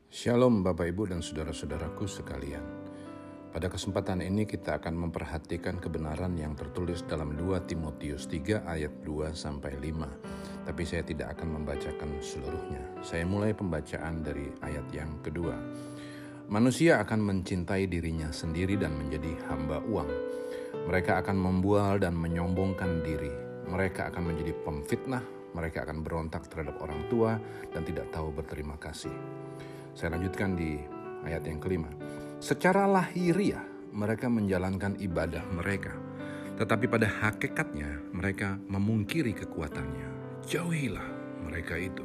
Shalom Bapak Ibu dan saudara-saudaraku sekalian. Pada kesempatan ini kita akan memperhatikan kebenaran yang tertulis dalam 2 Timotius 3 ayat 2-5. Tapi saya tidak akan membacakan seluruhnya. Saya mulai pembacaan dari ayat yang kedua. Manusia akan mencintai dirinya sendiri dan menjadi hamba uang. Mereka akan membual dan menyombongkan diri. Mereka akan menjadi pemfitnah. Mereka akan berontak terhadap orang tua dan tidak tahu berterima kasih. Saya lanjutkan di ayat yang kelima. Secara lahiriah mereka menjalankan ibadah mereka, tetapi pada hakikatnya mereka memungkiri kekuatannya. Jauhilah mereka itu.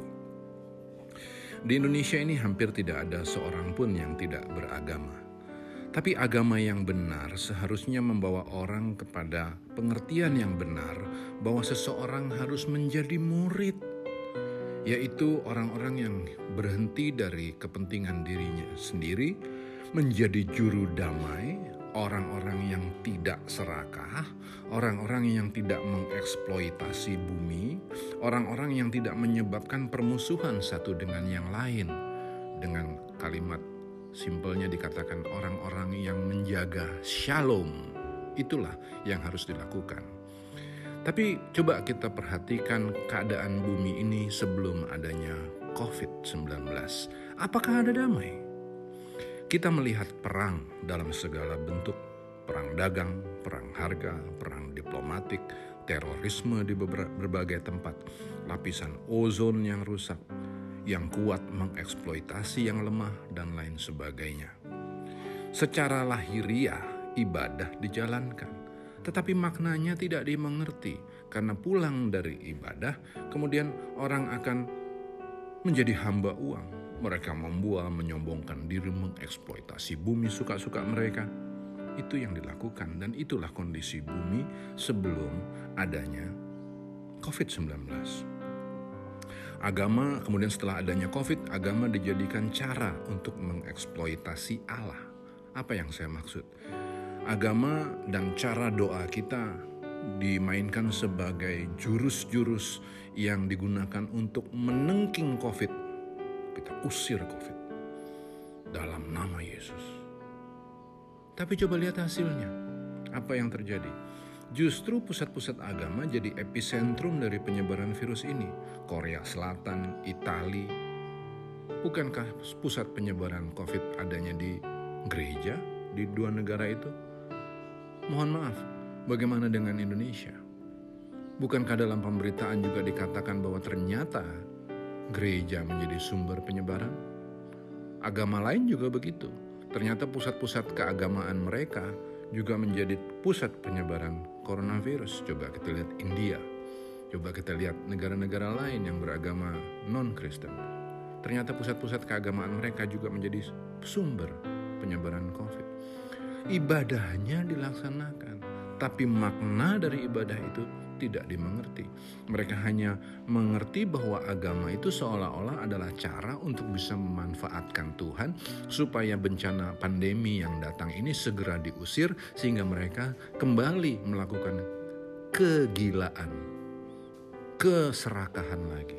Di Indonesia ini hampir tidak ada seorang pun yang tidak beragama. Tapi agama yang benar seharusnya membawa orang kepada pengertian yang benar bahwa seseorang harus menjadi murid, yaitu orang-orang yang berhenti dari kepentingan dirinya sendiri, menjadi juru damai, orang-orang yang tidak serakah, orang-orang yang tidak mengeksploitasi bumi, orang-orang yang tidak menyebabkan permusuhan satu dengan yang lain. Dengan kalimat simpelnya dikatakan orang-orang yang menjaga shalom, itulah yang harus dilakukan. Tapi coba kita perhatikan keadaan bumi ini sebelum adanya COVID-19. Apakah ada damai? Kita melihat perang dalam segala bentuk. Perang dagang, perang harga, perang diplomatik, terorisme di berbagai tempat, lapisan ozon yang rusak, yang kuat mengeksploitasi yang lemah, dan lain sebagainya. Secara lahiriah ibadah dijalankan, tetapi maknanya tidak dimengerti karena pulang dari ibadah, kemudian orang akan menjadi hamba uang. Mereka membual, menyombongkan diri, mengeksploitasi bumi suka-suka mereka. Itu yang dilakukan dan itulah kondisi bumi sebelum adanya COVID-19. Agama, kemudian setelah adanya COVID, agama dijadikan cara untuk mengeksploitasi Allah. Apa yang saya maksud? Agama dan cara doa kita dimainkan sebagai jurus-jurus yang digunakan untuk menengking COVID. Kita usir COVID dalam nama Yesus. Tapi coba lihat hasilnya. Apa yang terjadi? Justru pusat-pusat agama jadi epicentrum dari penyebaran virus ini. Korea Selatan, Italia. Bukankah pusat penyebaran COVID adanya di gereja di dua negara itu? Mohon maaf, bagaimana dengan Indonesia? Bukankah dalam pemberitaan juga dikatakan bahwa ternyata gereja menjadi sumber penyebaran? Agama lain juga begitu. Ternyata pusat-pusat keagamaan mereka juga menjadi pusat penyebaran coronavirus. Coba kita lihat India. Coba kita lihat negara-negara lain yang beragama non-Kristen. Ternyata pusat-pusat keagamaan mereka juga menjadi sumber penyebaran COVID. Ibadahnya dilaksanakan, tapi makna dari ibadah itu tidak dimengerti. Mereka hanya mengerti bahwa agama itu seolah-olah adalah cara untuk bisa memanfaatkan Tuhan supaya bencana pandemi yang datang ini segera diusir sehingga mereka kembali melakukan kegilaan, keserakahan lagi.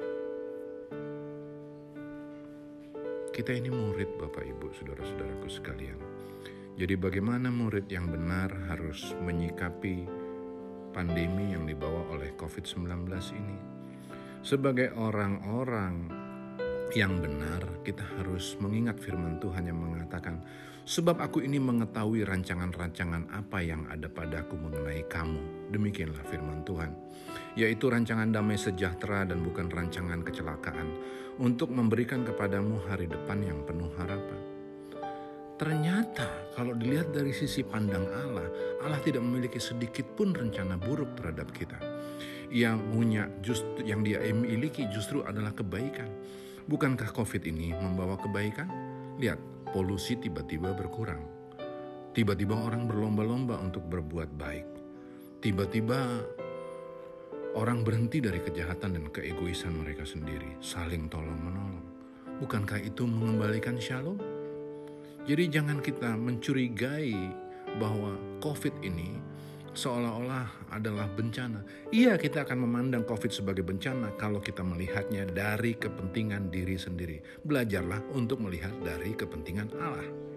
Kita ini murid Bapak Ibu, saudara-saudaraku sekalian. Jadi bagaimana murid yang benar harus menyikapi pandemi yang dibawa oleh COVID-19 ini? Sebagai orang-orang yang benar, kita harus mengingat firman Tuhan yang mengatakan, sebab aku ini mengetahui rancangan-rancangan apa yang ada padaku mengenai kamu. Demikianlah firman Tuhan, yaitu rancangan damai sejahtera dan bukan rancangan kecelakaan, untuk memberikan kepadamu hari depan yang penuh harapan. Ternyata kalau dilihat dari sisi pandang Allah, Allah tidak memiliki sedikit pun rencana buruk terhadap kita. Yang dia miliki justru adalah kebaikan. Bukankah COVID ini membawa kebaikan? Lihat, polusi tiba-tiba berkurang. Tiba-tiba orang berlomba-lomba untuk berbuat baik. Tiba-tiba orang berhenti dari kejahatan dan keegoisan mereka sendiri, saling tolong-menolong. Bukankah itu mengembalikan shalom? Jadi jangan kita mencurigai bahwa COVID ini seolah-olah adalah bencana. Iya, kita akan memandang COVID sebagai bencana kalau kita melihatnya dari kepentingan diri sendiri. Belajarlah untuk melihat dari kepentingan Allah.